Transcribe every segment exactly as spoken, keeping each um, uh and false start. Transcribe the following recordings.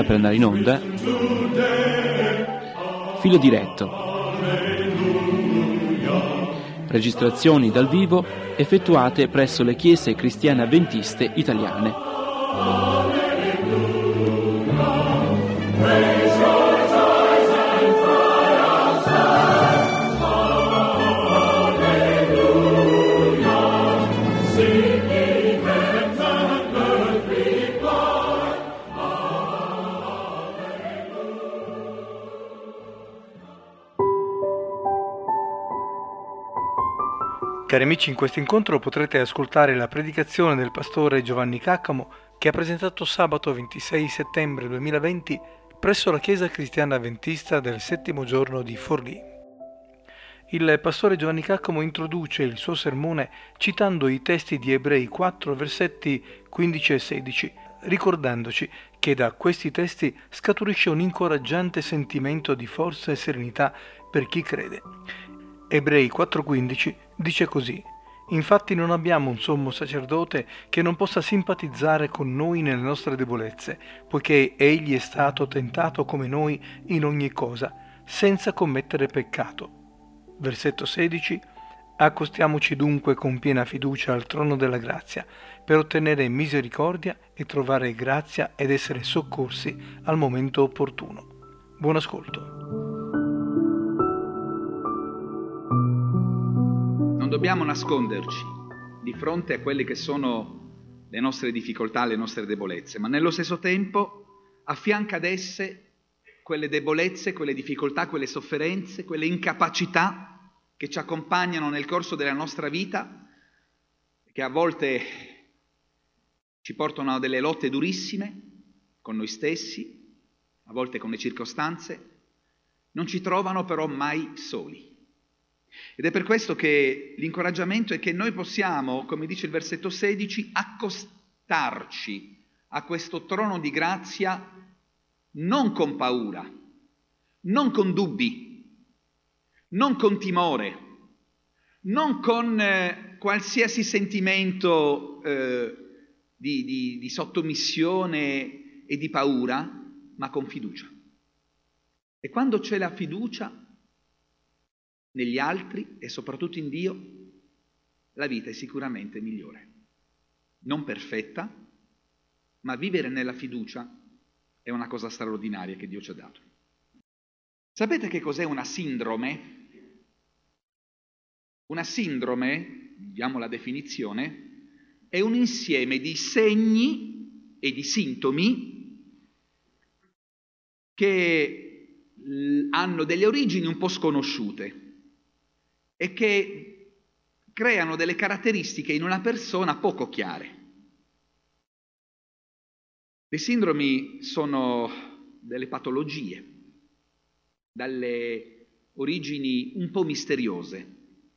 sta per andare in onda Filo Diretto. Registrazioni dal vivo effettuate presso le chiese cristiane avventiste italiane. Cari amici, in questo incontro potrete ascoltare la predicazione del pastore Giovanni Caccamo che ha presentato sabato ventisei settembre duemilaventi presso la Chiesa Cristiana Adventista del settimo giorno di Forlì. Il pastore Giovanni Caccamo introduce il suo sermone citando i testi di Ebrei quattro, versetti quindici e sedici, ricordandoci che da questi testi scaturisce un incoraggiante sentimento di forza e serenità per chi crede. Ebrei quattro quindici dice così: infatti non abbiamo un sommo sacerdote che non possa simpatizzare con noi nelle nostre debolezze, poiché egli è stato tentato come noi in ogni cosa, senza commettere peccato. Versetto sedici: accostiamoci dunque con piena fiducia al trono della grazia, per ottenere misericordia e trovare grazia ed essere soccorsi al momento opportuno. Buon ascolto. Non dobbiamo nasconderci di fronte a quelle che sono le nostre difficoltà, le nostre debolezze, ma nello stesso tempo affianca ad esse quelle debolezze, quelle difficoltà, quelle sofferenze, quelle incapacità che ci accompagnano nel corso della nostra vita, che a volte ci portano a delle lotte durissime con noi stessi, a volte con le circostanze, non ci trovano però mai soli. Ed è per questo che l'incoraggiamento è che noi possiamo, come dice il versetto sedici, accostarci a questo trono di grazia non con paura, non con dubbi, non con timore, non con eh, qualsiasi sentimento eh, di, di, di sottomissione e di paura, ma con fiducia. E quando c'è la fiducia negli altri e soprattutto in Dio, la vita è sicuramente migliore. Non perfetta, ma vivere nella fiducia è una cosa straordinaria che Dio ci ha dato. Sapete che cos'è una sindrome? Una sindrome, diamo la definizione, è un insieme di segni e di sintomi che hanno delle origini un po' sconosciute e che creano delle caratteristiche in una persona poco chiare. Le sindromi sono delle patologie, dalle origini un po' misteriose.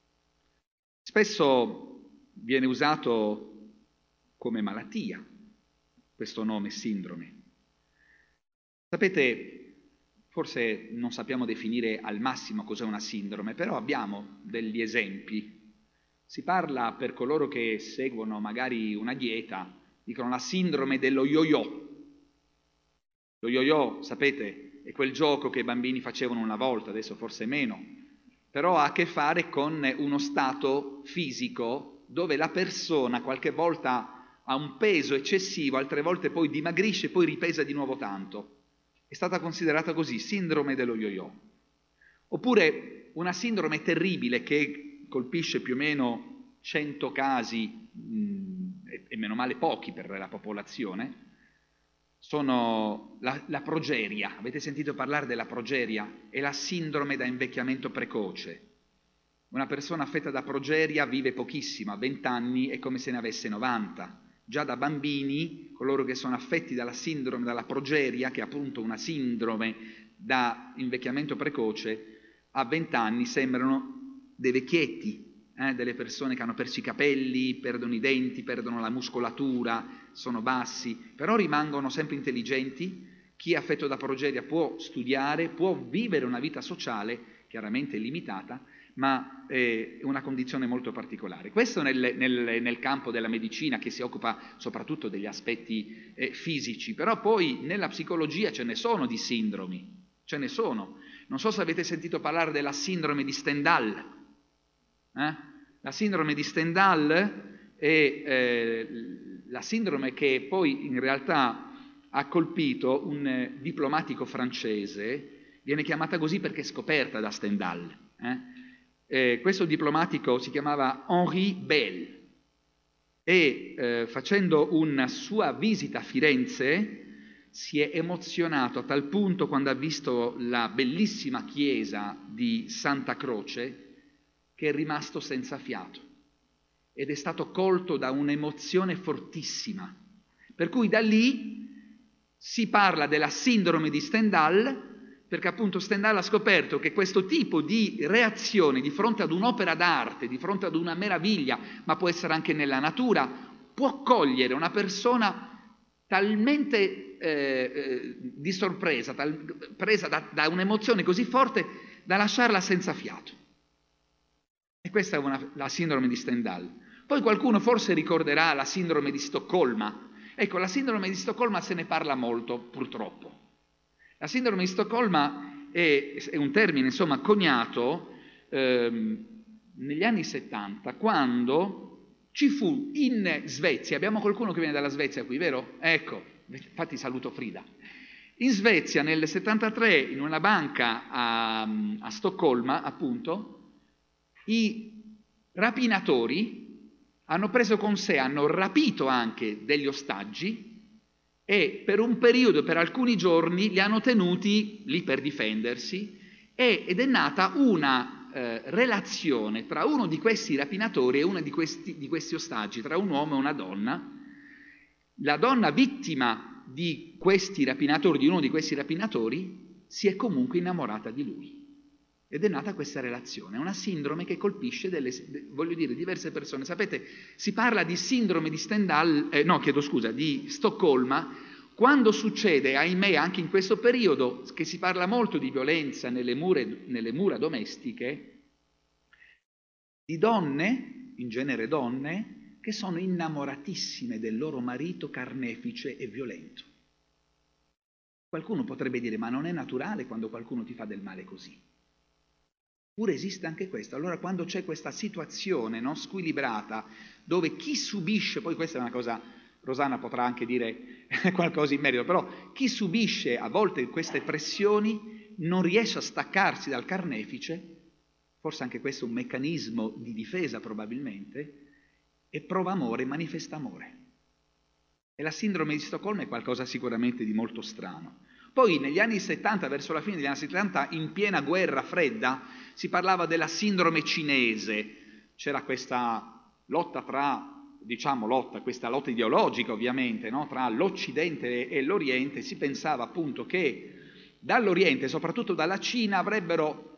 Spesso viene usato come malattia questo nome sindrome. Sapete, forse non sappiamo definire al massimo cos'è una sindrome, però abbiamo degli esempi. Si parla, per coloro che seguono magari una dieta, dicono la sindrome dello yo-yo. Lo yo-yo, sapete, è quel gioco che i bambini facevano una volta, adesso forse meno, però ha a che fare con uno stato fisico dove la persona qualche volta ha un peso eccessivo, altre volte poi dimagrisce e poi ripesa di nuovo tanto. È stata considerata così, sindrome dello yo-yo. Oppure una sindrome terribile che colpisce più o meno cento casi, mh, e, e meno male pochi per la popolazione, sono la, la progeria. Avete sentito parlare della progeria? È la sindrome da invecchiamento precoce. Una persona affetta da progeria vive pochissimo, a venti anni è come se ne avesse novanta. Già da bambini, coloro che sono affetti dalla sindrome, dalla progeria, che è appunto una sindrome da invecchiamento precoce, a venti anni sembrano dei vecchietti, eh, delle persone che hanno perso i capelli, perdono i denti, perdono la muscolatura, sono bassi, però rimangono sempre intelligenti. Chi è affetto da progeria può studiare, può vivere una vita sociale che chiaramente limitata, ma è una condizione molto particolare. Questo nel, nel, nel campo della medicina, che si occupa soprattutto degli aspetti eh, fisici, però poi nella psicologia ce ne sono di sindromi, ce ne sono. Non so se avete sentito parlare della sindrome di Stendhal. Eh? La sindrome di Stendhal è eh, la sindrome che poi in realtà ha colpito un eh, diplomatico francese, viene chiamata così perché è scoperta da Stendhal. Eh? Eh, questo diplomatico si chiamava Henri Bell e eh, facendo una sua visita a Firenze si è emozionato a tal punto quando ha visto la bellissima chiesa di Santa Croce che è rimasto senza fiato ed è stato colto da un'emozione fortissima, per cui da lì si parla della sindrome di Stendhal, perché appunto Stendhal ha scoperto che questo tipo di reazione di fronte ad un'opera d'arte, di fronte ad una meraviglia, ma può essere anche nella natura, può cogliere una persona talmente eh, eh, di sorpresa, tal, presa da, da un'emozione così forte da lasciarla senza fiato. E questa è una, la sindrome di Stendhal. Poi qualcuno forse ricorderà la sindrome di Stoccolma. Ecco, la sindrome di Stoccolma se ne parla molto, purtroppo. La sindrome di Stoccolma è, è un termine, insomma, coniato ehm, negli anni settanta, quando ci fu in Svezia, abbiamo qualcuno che viene dalla Svezia qui, vero? Ecco, infatti saluto Frida. In Svezia nel settantatré, in una banca a, a Stoccolma, appunto, i rapinatori hanno preso con sé, hanno rapito anche degli ostaggi e per un periodo, per alcuni giorni, li hanno tenuti lì per difendersi e, ed è nata una eh, relazione tra uno di questi rapinatori e uno di questi, di questi ostaggi, tra un uomo e una donna. La donna vittima di questi rapinatori, di uno di questi rapinatori, si è comunque innamorata di lui. Ed è nata questa relazione, è una sindrome che colpisce delle, voglio dire, diverse persone. Sapete, si parla di sindrome di Stendhal, eh, no, chiedo scusa, di Stoccolma, quando succede, ahimè, anche in questo periodo, che si parla molto di violenza nelle, mure, nelle mura domestiche, di donne, in genere donne, che sono innamoratissime del loro marito carnefice e violento. Qualcuno potrebbe dire, ma non è naturale quando qualcuno ti fa del male così? Eppure esiste anche questo. Allora quando c'è questa situazione non squilibrata, dove chi subisce, poi questa è una cosa, Rosanna potrà anche dire qualcosa in merito, però chi subisce a volte queste pressioni non riesce a staccarsi dal carnefice, forse anche questo è un meccanismo di difesa probabilmente, e prova amore, manifesta amore. E la sindrome di Stoccolma è qualcosa sicuramente di molto strano. Poi negli anni settanta, verso la fine degli anni settanta, in piena guerra fredda, si parlava della sindrome cinese. C'era questa lotta tra, diciamo lotta, questa lotta ideologica ovviamente, no? Tra l'Occidente e l'Oriente. Si pensava appunto che dall'Oriente, soprattutto dalla Cina, avrebbero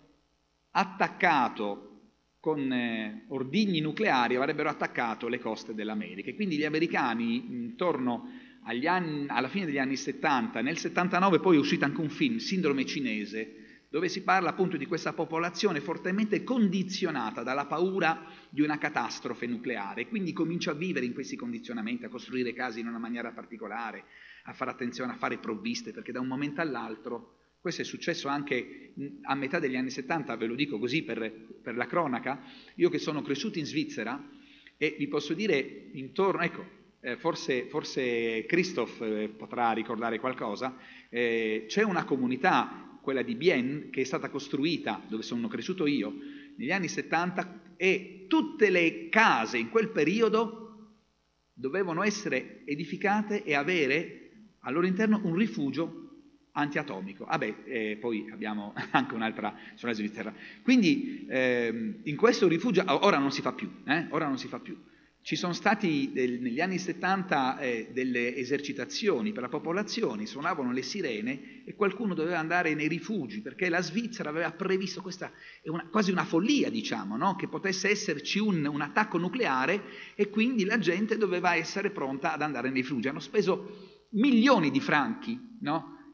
attaccato con eh, ordigni nucleari, avrebbero attaccato le coste dell'America. E quindi gli americani intorno Agli anni, alla fine degli anni settanta, nel settantanove poi è uscito anche un film, Sindrome cinese, dove si parla appunto di questa popolazione fortemente condizionata dalla paura di una catastrofe nucleare, quindi comincia a vivere in questi condizionamenti, a costruire case in una maniera particolare, a fare attenzione, a fare provviste, perché da un momento all'altro, questo è successo anche a metà degli anni settanta, ve lo dico così per, per la cronaca, io che sono cresciuto in Svizzera e vi posso dire intorno, ecco, Eh, forse, forse Christoph eh, potrà ricordare qualcosa, eh, c'è una comunità, quella di Bienne, che è stata costruita, dove sono cresciuto io, negli anni settanta, e tutte le case in quel periodo dovevano essere edificate e avere al loro interno un rifugio antiatomico. Ah beh, eh, poi abbiamo anche un'altra sulla Svizzera. Quindi eh, in questo rifugio, ora non si fa più, eh, ora non si fa più. Ci sono stati del, negli anni settanta eh, delle esercitazioni per la popolazione, suonavano le sirene e qualcuno doveva andare nei rifugi perché la Svizzera aveva previsto, questa è una, quasi una follia diciamo, no? Che potesse esserci un, un attacco nucleare e quindi la gente doveva essere pronta ad andare nei rifugi. Hanno speso milioni di franchi, no?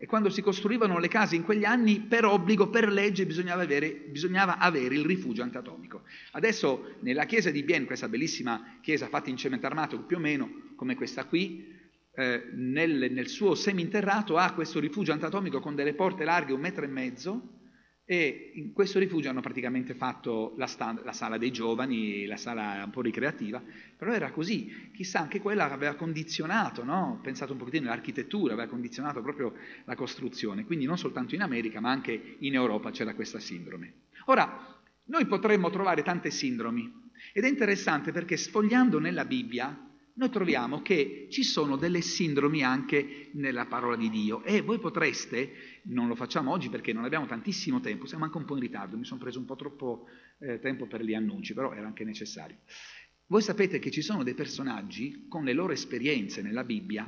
E quando si costruivano le case in quegli anni, per obbligo, per legge, bisognava avere, bisognava avere il rifugio antatomico. Adesso nella chiesa di Bienne, questa bellissima chiesa fatta in cemento armato più o meno come questa qui, eh, nel, nel suo seminterrato ha questo rifugio antatomico con delle porte larghe un metro e mezzo, e in questo rifugio hanno praticamente fatto la, sta- la sala dei giovani, la sala un po' ricreativa, però era così. Chissà, anche quella aveva condizionato, no? Pensato un pochettino all'architettura, aveva condizionato proprio la costruzione, quindi non soltanto in America ma anche in Europa c'era questa sindrome. Ora, noi potremmo trovare tante sindromi, ed è interessante perché sfogliando nella Bibbia noi troviamo che ci sono delle sindromi anche nella parola di Dio, e voi potreste, non lo facciamo oggi perché non abbiamo tantissimo tempo, siamo anche un po' in ritardo, mi sono preso un po' troppo eh, tempo per gli annunci, però era anche necessario. Voi sapete che ci sono dei personaggi con le loro esperienze nella Bibbia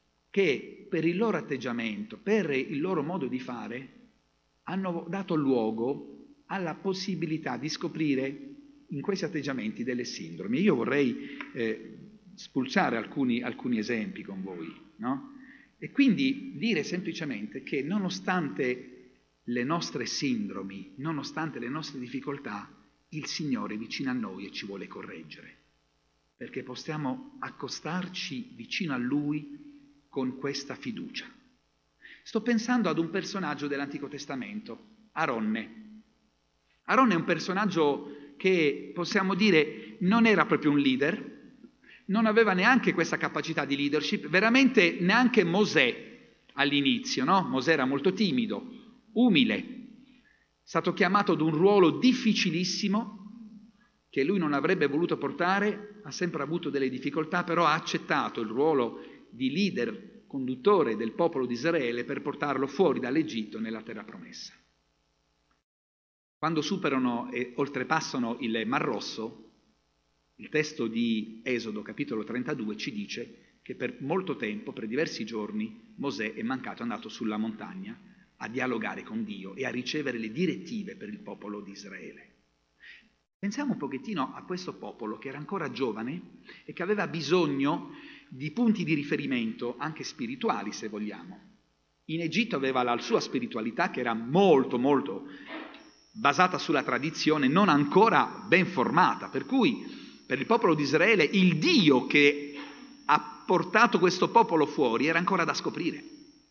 che per il loro atteggiamento, per il loro modo di fare, hanno dato luogo alla possibilità di scoprire in questi atteggiamenti delle sindromi. Io vorrei eh, spulciare alcuni, alcuni esempi con voi, no? E quindi dire semplicemente che nonostante le nostre sindromi, nonostante le nostre difficoltà, il Signore è vicino a noi e ci vuole correggere, perché possiamo accostarci vicino a Lui con questa fiducia. Sto pensando ad un personaggio dell'Antico Testamento, Aronne. Aronne è un personaggio che, possiamo dire, non era proprio un leader, non aveva neanche questa capacità di leadership, veramente neanche Mosè all'inizio, no? Mosè era molto timido, umile, è stato chiamato ad un ruolo difficilissimo che lui non avrebbe voluto portare, ha sempre avuto delle difficoltà, però ha accettato il ruolo di leader, conduttore del popolo di Israele per portarlo fuori dall'Egitto nella terra promessa. Quando superano e oltrepassano il Mar Rosso, il testo di Esodo, capitolo trentadue, ci dice che per molto tempo, per diversi giorni, Mosè è mancato, è andato sulla montagna a dialogare con Dio e a ricevere le direttive per il popolo di Israele. Pensiamo un pochettino a questo popolo che era ancora giovane e che aveva bisogno di punti di riferimento, anche spirituali se vogliamo. In Egitto aveva la sua spiritualità che era molto, molto basata sulla tradizione, non ancora ben formata, per cui per il popolo di Israele il Dio che ha portato questo popolo fuori era ancora da scoprire.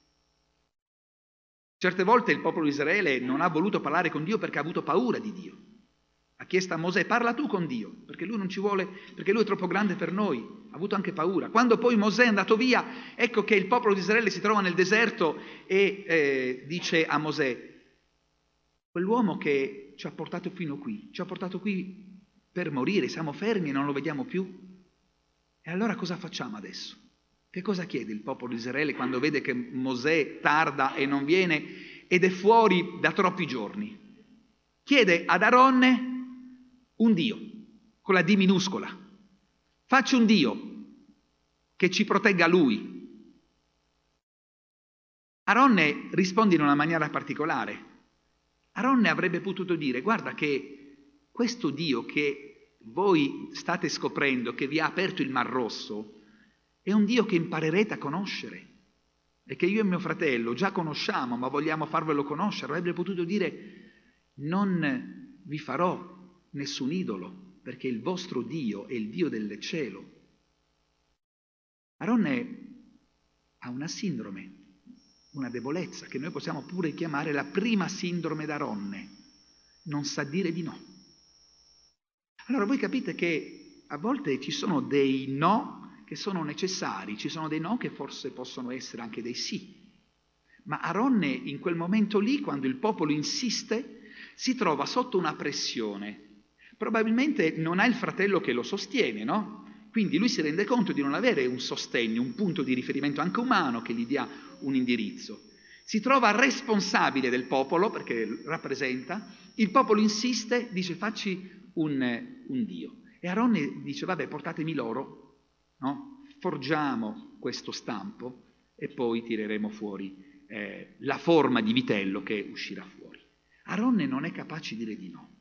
Certe volte il popolo di Israele non ha voluto parlare con Dio perché ha avuto paura di Dio. Ha chiesto a Mosè: parla tu con Dio, perché lui non ci vuole, perché lui è troppo grande per noi. Ha avuto anche paura. Quando poi Mosè è andato via, ecco che il popolo di Israele si trova nel deserto e eh, dice a Mosè: quell'uomo che ci ha portato fino qui, ci ha portato qui per morire, siamo fermi e non lo vediamo più. E allora cosa facciamo adesso? Che cosa chiede il popolo di Israele quando vede che Mosè tarda e non viene ed è fuori da troppi giorni? Chiede ad Aronne un Dio, con la D minuscola. Facci un Dio che ci protegga lui. Aronne risponde in una maniera particolare. Aronne avrebbe potuto dire: guarda che questo Dio che voi state scoprendo, che vi ha aperto il Mar Rosso, è un Dio che imparerete a conoscere e che io e mio fratello già conosciamo, ma vogliamo farvelo conoscere. Avrebbe potuto dire: non vi farò nessun idolo, perché il vostro Dio è il Dio del cielo. Aronne ha una sindrome, una debolezza, che noi possiamo pure chiamare la prima sindrome d'Aronne. Non sa dire di no. Allora voi capite che a volte ci sono dei no che sono necessari, ci sono dei no che forse possono essere anche dei sì. Ma Aronne in quel momento lì, quando il popolo insiste, si trova sotto una pressione. Probabilmente non ha il fratello che lo sostiene, no? Quindi lui si rende conto di non avere un sostegno, un punto di riferimento anche umano che gli dia un indirizzo. Si trova responsabile del popolo perché rappresenta, il popolo insiste, dice: facci un, un Dio. E Aronne dice: vabbè, portatemi l'oro, no? Forgiamo questo stampo e poi tireremo fuori eh, la forma di vitello che uscirà fuori. Aronne non è capace di dire di no.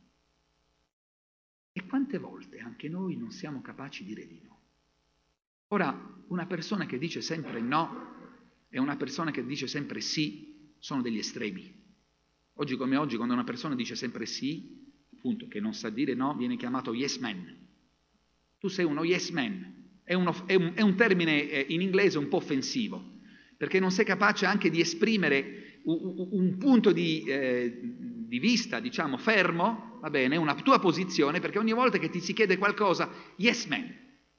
E quante volte anche noi non siamo capaci di dire di no? Ora, una persona che dice sempre no e una persona che dice sempre sì sono degli estremi. Oggi come oggi, quando una persona dice sempre sì, appunto, che non sa dire no, viene chiamato yes man. Tu sei uno yes man. È, uno, è, un, è un termine eh, in inglese un po' offensivo, perché non sei capace anche di esprimere un, un punto di, eh, di vista, diciamo, fermo, va bene, una tua posizione, perché ogni volta che ti si chiede qualcosa, yes man.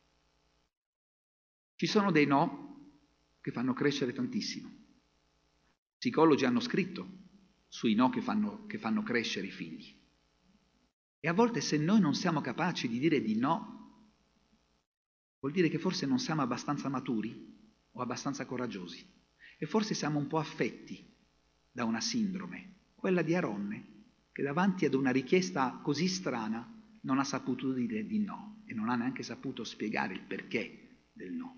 Ci sono dei no che fanno crescere tantissimo. Psicologi hanno scritto sui no che fanno, che fanno crescere i figli. E a volte se noi non siamo capaci di dire di no, vuol dire che forse non siamo abbastanza maturi o abbastanza coraggiosi. E forse siamo un po' affetti da una sindrome, quella di Aronne, che davanti ad una richiesta così strana non ha saputo dire di no e non ha neanche saputo spiegare il perché del no.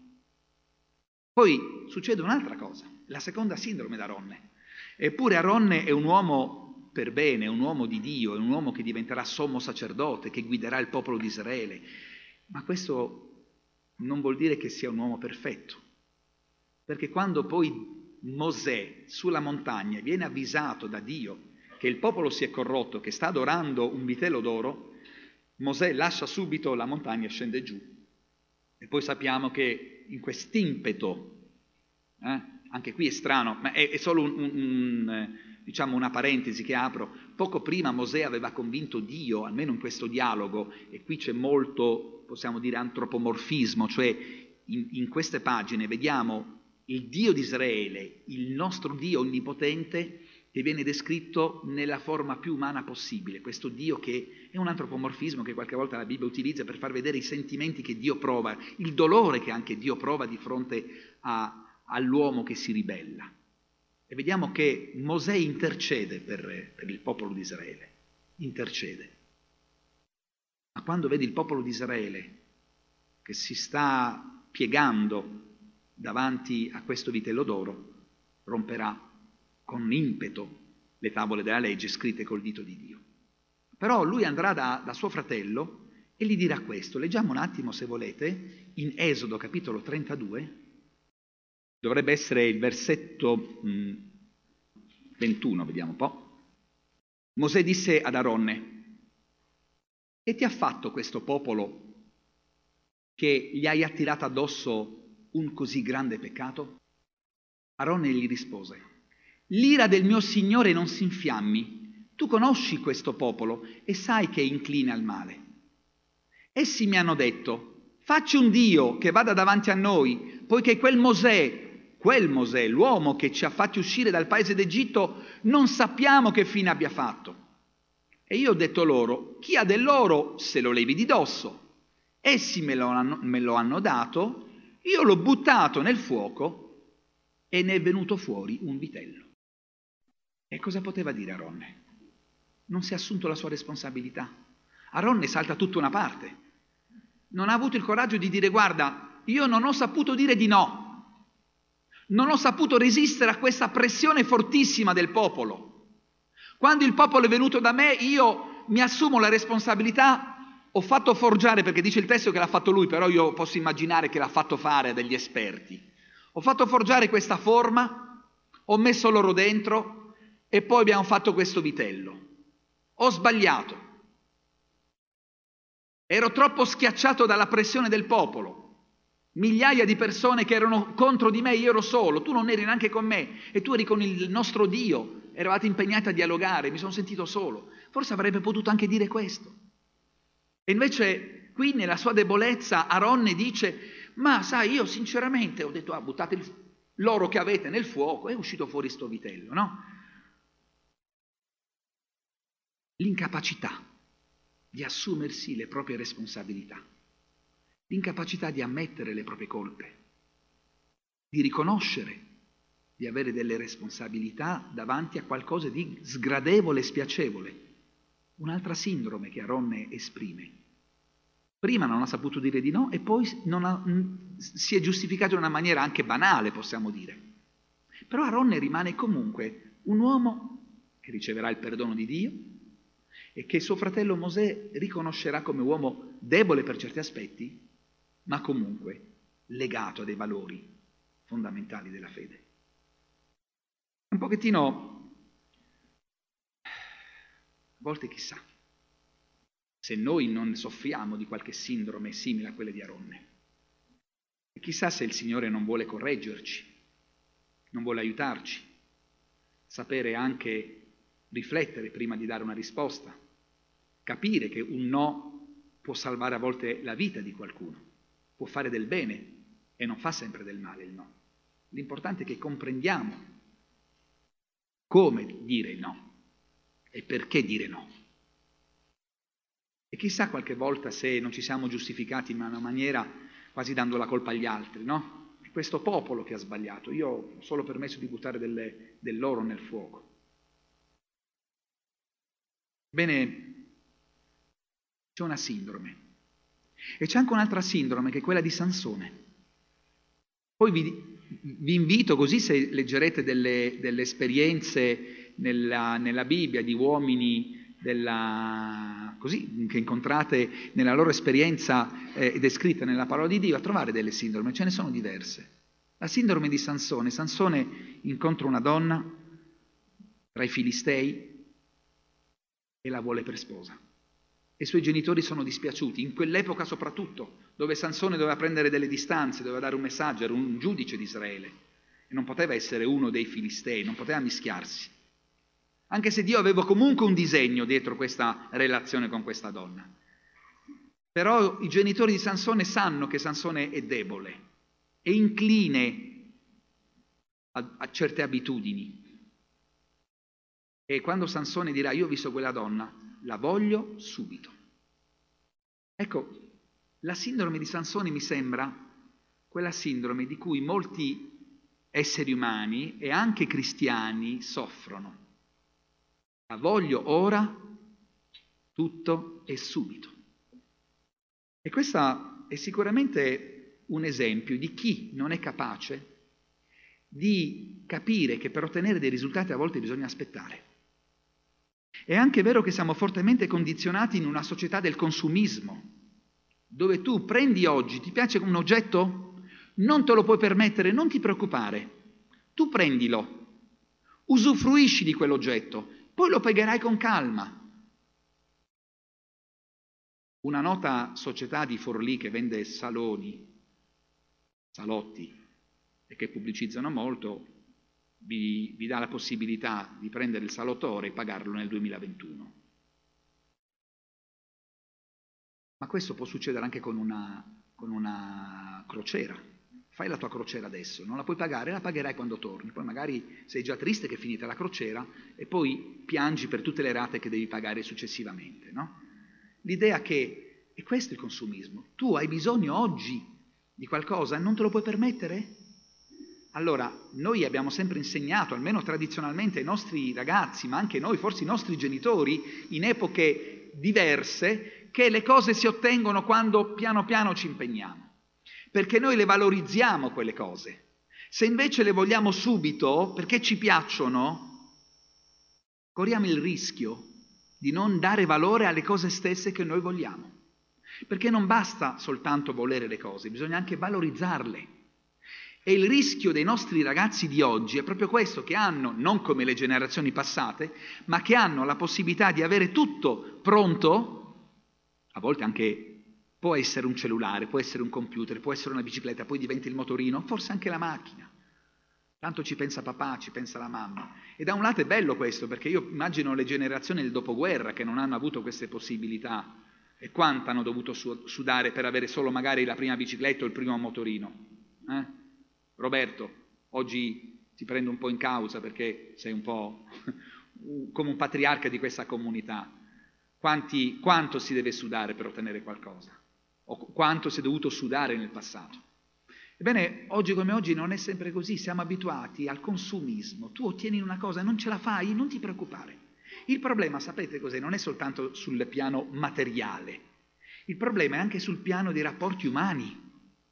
Poi succede un'altra cosa, la seconda sindrome d'Aronne. Eppure Aronne è un uomo per bene, è un uomo di Dio, è un uomo che diventerà sommo sacerdote, che guiderà il popolo di Israele. Ma questo non vuol dire che sia un uomo perfetto. Perché quando poi Mosè sulla montagna viene avvisato da Dio che il popolo si è corrotto, che sta adorando un vitello d'oro, Mosè lascia subito la montagna e scende giù. E poi sappiamo che in quest'impeto, eh, anche qui è strano, ma è, è solo un, un, un, diciamo una parentesi che apro, poco prima Mosè aveva convinto Dio, almeno in questo dialogo, e qui c'è molto, possiamo dire, antropomorfismo, cioè in, in queste pagine vediamo il Dio di Israele, il nostro Dio onnipotente, che viene descritto nella forma più umana possibile, questo Dio che è un antropomorfismo che qualche volta la Bibbia utilizza per far vedere i sentimenti che Dio prova, il dolore che anche Dio prova di fronte a, all'uomo che si ribella. E vediamo che Mosè intercede per, per il popolo di Israele, intercede. Ma quando vedi il popolo di Israele che si sta piegando davanti a questo vitello d'oro, romperà con impeto le tavole della legge scritte col dito di Dio. Però lui andrà da, da suo fratello e gli dirà questo. Leggiamo un attimo, se volete, in Esodo capitolo trentadue, dovrebbe essere il versetto mh, ventuno, vediamo un po'. Mosè disse ad Aronne: che ti ha fatto questo popolo che gli hai attirato addosso un così grande peccato? Aronne gli rispose: l'ira del mio Signore non si infiammi. Tu conosci questo popolo e sai che è incline al male. Essi mi hanno detto: facci un Dio che vada davanti a noi, poiché quel Mosè, quel Mosè, l'uomo che ci ha fatti uscire dal paese d'Egitto, non sappiamo che fine abbia fatto. E io ho detto loro: chi ha dell'oro se lo levi di dosso. Essi me lo hanno, me lo hanno dato, io l'ho buttato nel fuoco e ne è venuto fuori un vitello. E cosa poteva dire Aronne? Non si è assunto la sua responsabilità. Aronne salta tutta una parte. Non ha avuto il coraggio di dire: guarda, io non ho saputo dire di no. Non ho saputo resistere a questa pressione fortissima del popolo. Quando il popolo è venuto da me, io mi assumo la responsabilità. Ho fatto forgiare, perché dice il testo che l'ha fatto lui, però io posso immaginare che l'ha fatto fare a degli esperti. Ho fatto forgiare questa forma, ho messo loro dentro, e poi abbiamo fatto questo vitello. Ho sbagliato. Ero troppo schiacciato dalla pressione del popolo. Migliaia di persone che erano contro di me, io ero solo. Tu non eri neanche con me. E tu eri con il nostro Dio. Eravate impegnati a dialogare. Mi sono sentito solo. Forse avrebbe potuto anche dire questo. E invece qui nella sua debolezza Aronne dice: ma sai, io sinceramente ho detto: ah, buttate il, l'oro che avete nel fuoco. È uscito fuori sto vitello, no? L'incapacità di assumersi le proprie responsabilità, l'incapacità di ammettere le proprie colpe, di riconoscere di avere delle responsabilità davanti a qualcosa di sgradevole e spiacevole. Un'altra sindrome che Aronne esprime. Prima non ha saputo dire di no e poi non ha, si è giustificato in una maniera anche banale, possiamo dire. Però Aronne rimane comunque un uomo che riceverà il perdono di Dio, e che suo fratello Mosè riconoscerà come uomo debole per certi aspetti, ma comunque legato a dei valori fondamentali della fede. Un pochettino, a volte chissà, se noi non soffriamo di qualche sindrome simile a quelle di Aronne. E chissà se il Signore non vuole correggerci, non vuole aiutarci, sapere anche riflettere prima di dare una risposta, capire che un no può salvare a volte la vita di qualcuno, può fare del bene e non fa sempre del male il no. L'importante è che comprendiamo come dire no e perché dire no. E chissà qualche volta se non ci siamo giustificati in una maniera quasi dando la colpa agli altri, no? È questo popolo che ha sbagliato, io ho solo permesso di buttare delle, dell'oro nel fuoco. Bene, c'è una sindrome. E c'è anche un'altra sindrome che è quella di Sansone. Poi vi, vi invito, così se leggerete delle, delle esperienze nella, nella Bibbia di uomini della, così, che incontrate nella loro esperienza eh, descritta nella parola di Dio, a trovare delle sindrome, ce ne sono diverse. La sindrome di Sansone. Sansone incontra una donna tra i Filistei e la vuole per sposa. E i suoi genitori sono dispiaciuti, in quell'epoca soprattutto, dove Sansone doveva prendere delle distanze, doveva dare un messaggio, era un giudice di Israele e non poteva essere uno dei Filistei, non poteva mischiarsi. Anche se Dio aveva comunque un disegno dietro questa relazione con questa donna. Però i genitori di Sansone sanno che Sansone è debole, è incline a, a certe abitudini. E quando Sansone dirà io ho visto quella donna, la voglio subito. Ecco, la sindrome di Sansone mi sembra quella sindrome di cui molti esseri umani e anche cristiani soffrono. La voglio ora, tutto e subito. E questo è sicuramente un esempio di chi non è capace di capire che per ottenere dei risultati a volte bisogna aspettare. È anche vero che siamo fortemente condizionati in una società del consumismo, dove tu prendi oggi, ti piace un oggetto? Non te lo puoi permettere, non ti preoccupare. Tu prendilo, usufruisci di quell'oggetto, poi lo pagherai con calma. Una nota società di Forlì che vende saloni, salotti, e che pubblicizzano molto, Vi, vi dà la possibilità di prendere il salottore e pagarlo nel duemilaventuno. Ma questo può succedere anche con una, con una crociera. Fai la tua crociera adesso, non la puoi pagare, la pagherai quando torni. Poi magari sei già triste che è finita la crociera e poi piangi per tutte le rate che devi pagare successivamente, no? L'idea che, e questo è il consumismo, tu hai bisogno oggi di qualcosa e non te lo puoi permettere? Allora, noi abbiamo sempre insegnato, almeno tradizionalmente, ai nostri ragazzi, ma anche noi, forse i nostri genitori, in epoche diverse, che le cose si ottengono quando piano piano ci impegniamo, perché noi le valorizziamo quelle cose. Se invece le vogliamo subito, perché ci piacciono, corriamo il rischio di non dare valore alle cose stesse che noi vogliamo. Perché non basta soltanto volere le cose, bisogna anche valorizzarle. E il rischio dei nostri ragazzi di oggi è proprio questo, che hanno, non come le generazioni passate, ma che hanno la possibilità di avere tutto pronto, a volte anche può essere un cellulare, può essere un computer, può essere una bicicletta, poi diventa il motorino, forse anche la macchina. Tanto ci pensa papà, ci pensa la mamma. E da un lato è bello questo, perché io immagino le generazioni del dopoguerra che non hanno avuto queste possibilità e quanto hanno dovuto sudare per avere solo magari la prima bicicletta o il primo motorino. Eh? Roberto, oggi ti prendo un po' in causa perché sei un po' come un patriarca di questa comunità. Quanti, quanto si deve sudare per ottenere qualcosa? O quanto si è dovuto sudare nel passato? Ebbene, oggi come oggi non è sempre così, siamo abituati al consumismo. Tu ottieni una cosa e non ce la fai, non ti preoccupare. Il problema, sapete cos'è? Non è soltanto sul piano materiale, il problema è anche sul piano dei rapporti umani.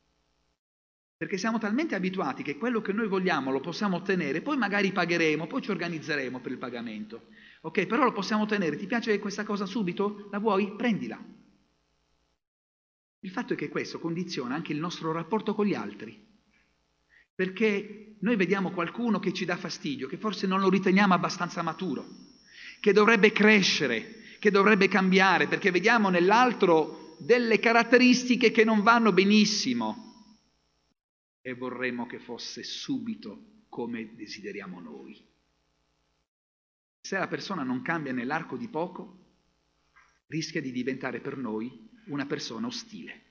Perché siamo talmente abituati che quello che noi vogliamo lo possiamo ottenere, poi magari pagheremo, poi ci organizzeremo per il pagamento. Ok, però lo possiamo ottenere. Ti piace questa cosa subito? La vuoi? Prendila. Il fatto è che questo condiziona anche il nostro rapporto con gli altri. perché noi vediamo qualcuno che ci dà fastidio, che forse non lo riteniamo abbastanza maturo, che dovrebbe crescere, che dovrebbe cambiare, perché vediamo nell'altro delle caratteristiche che non vanno benissimo e vorremmo che fosse subito come desideriamo noi. Se la persona non cambia nell'arco di poco, rischia di diventare per noi una persona ostile.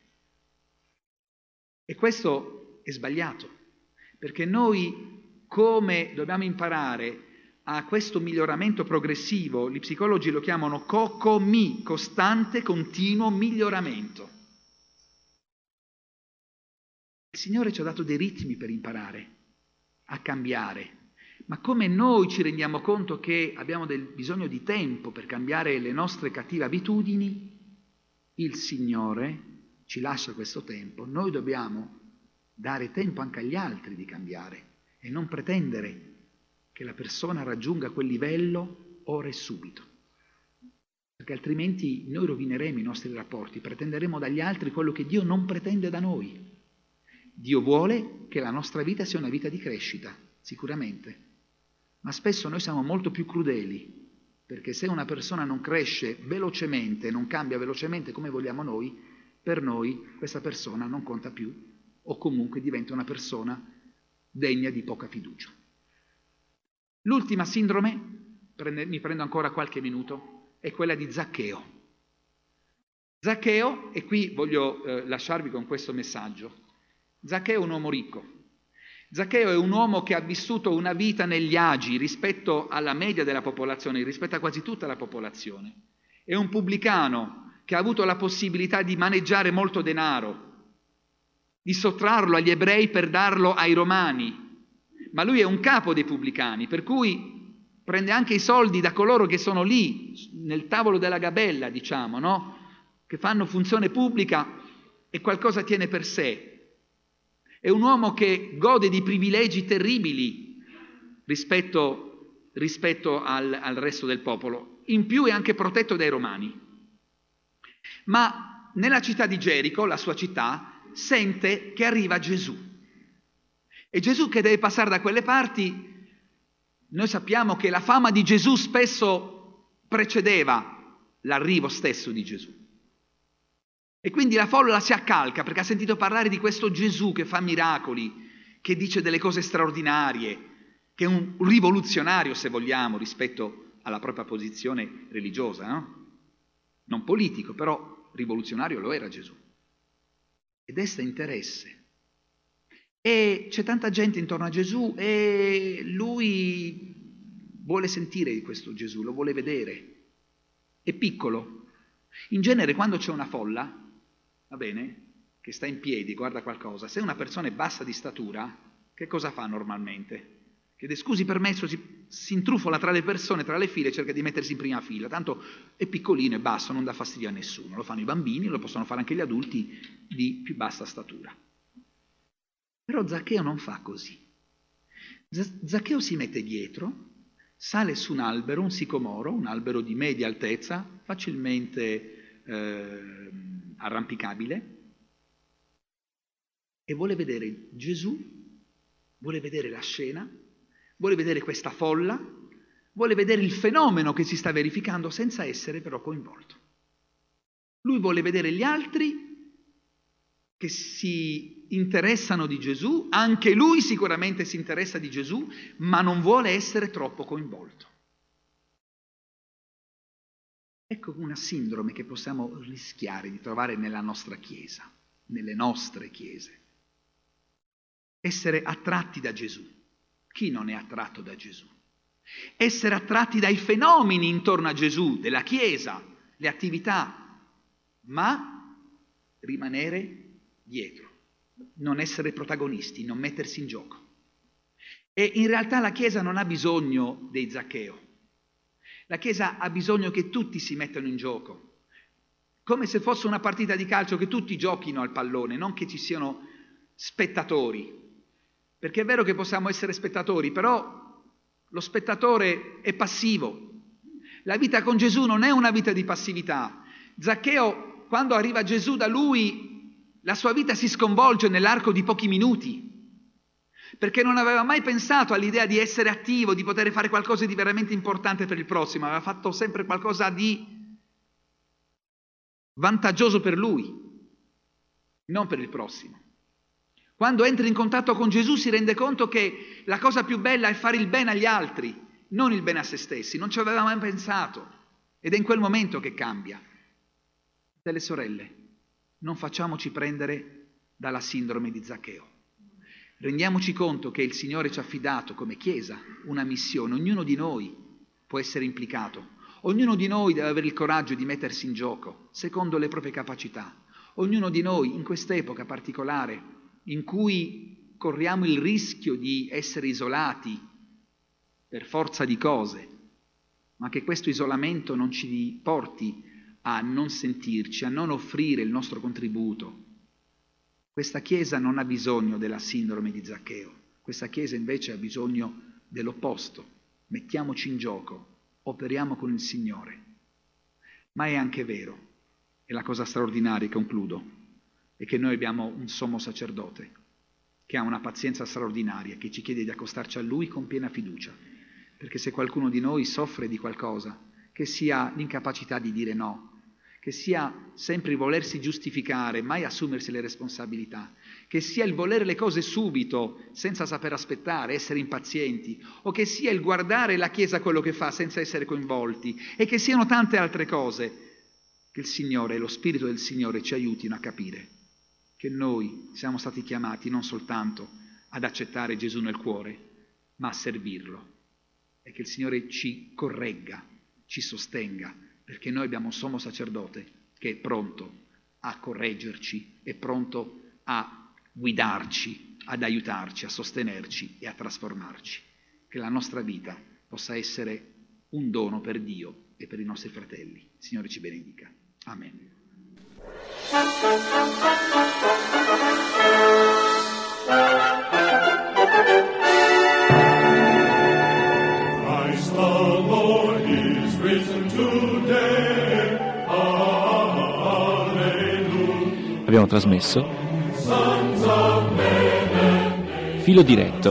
E questo è sbagliato, perché noi, come dobbiamo imparare a questo miglioramento progressivo, gli psicologi lo chiamano COCOMI, costante, continuo miglioramento. Il Signore ci ha dato dei ritmi per imparare a cambiare, ma come noi ci rendiamo conto che abbiamo del bisogno di tempo per cambiare le nostre cattive abitudini, il Signore ci lascia questo tempo. Noi dobbiamo dare tempo anche agli altri di cambiare e non pretendere che la persona raggiunga quel livello ora e subito, perché altrimenti noi rovineremo i nostri rapporti, pretenderemo dagli altri quello che Dio non pretende da noi. Dio vuole che la nostra vita sia una vita di crescita, sicuramente, ma spesso noi siamo molto più crudeli, perché se una persona non cresce velocemente, non cambia velocemente come vogliamo noi, per noi questa persona non conta più, o comunque diventa una persona degna di poca fiducia. L'ultima sindrome, prende, mi prendo ancora qualche minuto, è quella di Zaccheo. Zaccheo, e qui voglio eh, lasciarvi con questo messaggio, Zaccheo è un uomo ricco. Zaccheo è un uomo che ha vissuto una vita negli agi rispetto alla media della popolazione, rispetto a quasi tutta la popolazione. È un pubblicano che ha avuto la possibilità di maneggiare molto denaro, di sottrarlo agli ebrei per darlo ai romani. Ma lui è un capo dei pubblicani, per cui prende anche i soldi da coloro che sono lì, nel tavolo della gabella, diciamo, no? Che fanno funzione pubblica e qualcosa tiene per sé. È un uomo che gode di privilegi terribili rispetto, rispetto al, al resto del popolo. In più è anche protetto dai romani. Ma nella città di Gerico, la sua città, sente che arriva Gesù. E Gesù che deve passare da quelle parti, noi sappiamo che la fama di Gesù spesso precedeva l'arrivo stesso di Gesù. E quindi la folla si accalca perché ha sentito parlare di questo Gesù che fa miracoli, che dice delle cose straordinarie, che è un rivoluzionario, se vogliamo, rispetto alla propria posizione religiosa, no? Non politico, però rivoluzionario lo era Gesù. E desta interesse. E c'è tanta gente intorno a Gesù e lui vuole sentire di questo Gesù, lo vuole vedere. È piccolo. In genere quando c'è una folla, va bene, che sta in piedi, guarda qualcosa, se una persona è bassa di statura, che cosa fa normalmente? Chiede scusi permesso, si, si intrufola tra le persone, tra le file, cerca di mettersi in prima fila, tanto è piccolino, è basso, non dà fastidio a nessuno, lo fanno i bambini, lo possono fare anche gli adulti di più bassa statura. Però Zaccheo non fa così. Z- Zaccheo si mette dietro, sale su un albero, un sicomoro, un albero di media altezza, facilmente eh, arrampicabile, e vuole vedere Gesù, vuole vedere la scena, vuole vedere questa folla, vuole vedere il fenomeno che si sta verificando senza essere però coinvolto. Lui vuole vedere gli altri che si interessano di Gesù, anche lui sicuramente si interessa di Gesù, ma non vuole essere troppo coinvolto. Ecco una sindrome che possiamo rischiare di trovare nella nostra Chiesa, nelle nostre Chiese. Essere attratti da Gesù. Chi non è attratto da Gesù? Essere attratti dai fenomeni intorno a Gesù, della Chiesa, le attività, ma rimanere dietro, non essere protagonisti, non mettersi in gioco. E in realtà la Chiesa non ha bisogno dei Zaccheo. La Chiesa ha bisogno che tutti si mettano in gioco, come se fosse una partita di calcio, che tutti giochino al pallone, non che ci siano spettatori. Perché è vero che possiamo essere spettatori, però lo spettatore è passivo. La vita con Gesù non è una vita di passività. Zaccheo, quando arriva Gesù da lui, la sua vita si sconvolge nell'arco di pochi minuti. perché non aveva mai pensato all'idea di essere attivo, di poter fare qualcosa di veramente importante per il prossimo, aveva fatto sempre qualcosa di vantaggioso per lui, non per il prossimo. Quando entra in contatto con Gesù si rende conto che la cosa più bella è fare il bene agli altri, non il bene a se stessi, non ci aveva mai pensato, ed è in quel momento che cambia. Delle sorelle, non facciamoci prendere dalla sindrome di Zaccheo. Rendiamoci conto che il Signore ci ha affidato come Chiesa una missione, ognuno di noi può essere implicato, ognuno di noi deve avere il coraggio di mettersi in gioco, secondo le proprie capacità, ognuno di noi in quest'epoca particolare in cui corriamo il rischio di essere isolati per forza di cose, ma che questo isolamento non ci porti a non sentirci, a non offrire il nostro contributo. Questa Chiesa non ha bisogno della sindrome di Zaccheo, questa Chiesa invece ha bisogno dell'opposto. Mettiamoci in gioco, operiamo con il Signore. Ma è anche vero, è la cosa straordinaria, concludo, è che noi abbiamo un sommo sacerdote che ha una pazienza straordinaria, che ci chiede di accostarci a Lui con piena fiducia, perché se qualcuno di noi soffre di qualcosa, che sia l'incapacità di dire no, che sia sempre il volersi giustificare, mai assumersi le responsabilità, che sia il volere le cose subito, senza saper aspettare, essere impazienti, o che sia il guardare la Chiesa quello che fa senza essere coinvolti, e che siano tante altre cose, che il Signore, lo Spirito del Signore ci aiutino a capire che noi siamo stati chiamati non soltanto ad accettare Gesù nel cuore, ma a servirlo, e che il Signore ci corregga, ci sostenga, perché noi abbiamo un sommo sacerdote che è pronto a correggerci, è pronto a guidarci, ad aiutarci, a sostenerci e a trasformarci. Che la nostra vita possa essere un dono per Dio e per i nostri fratelli. Il Signore ci benedica. Amen. Christ the Lord is risen today. Alleluia. Abbiamo trasmesso Filo diretto.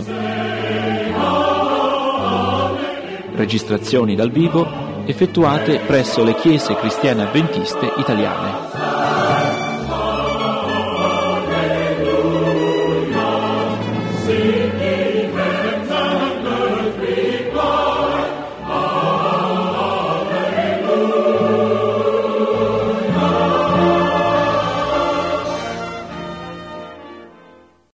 Registrazioni dal vivo effettuate presso le chiese cristiane avventiste italiane.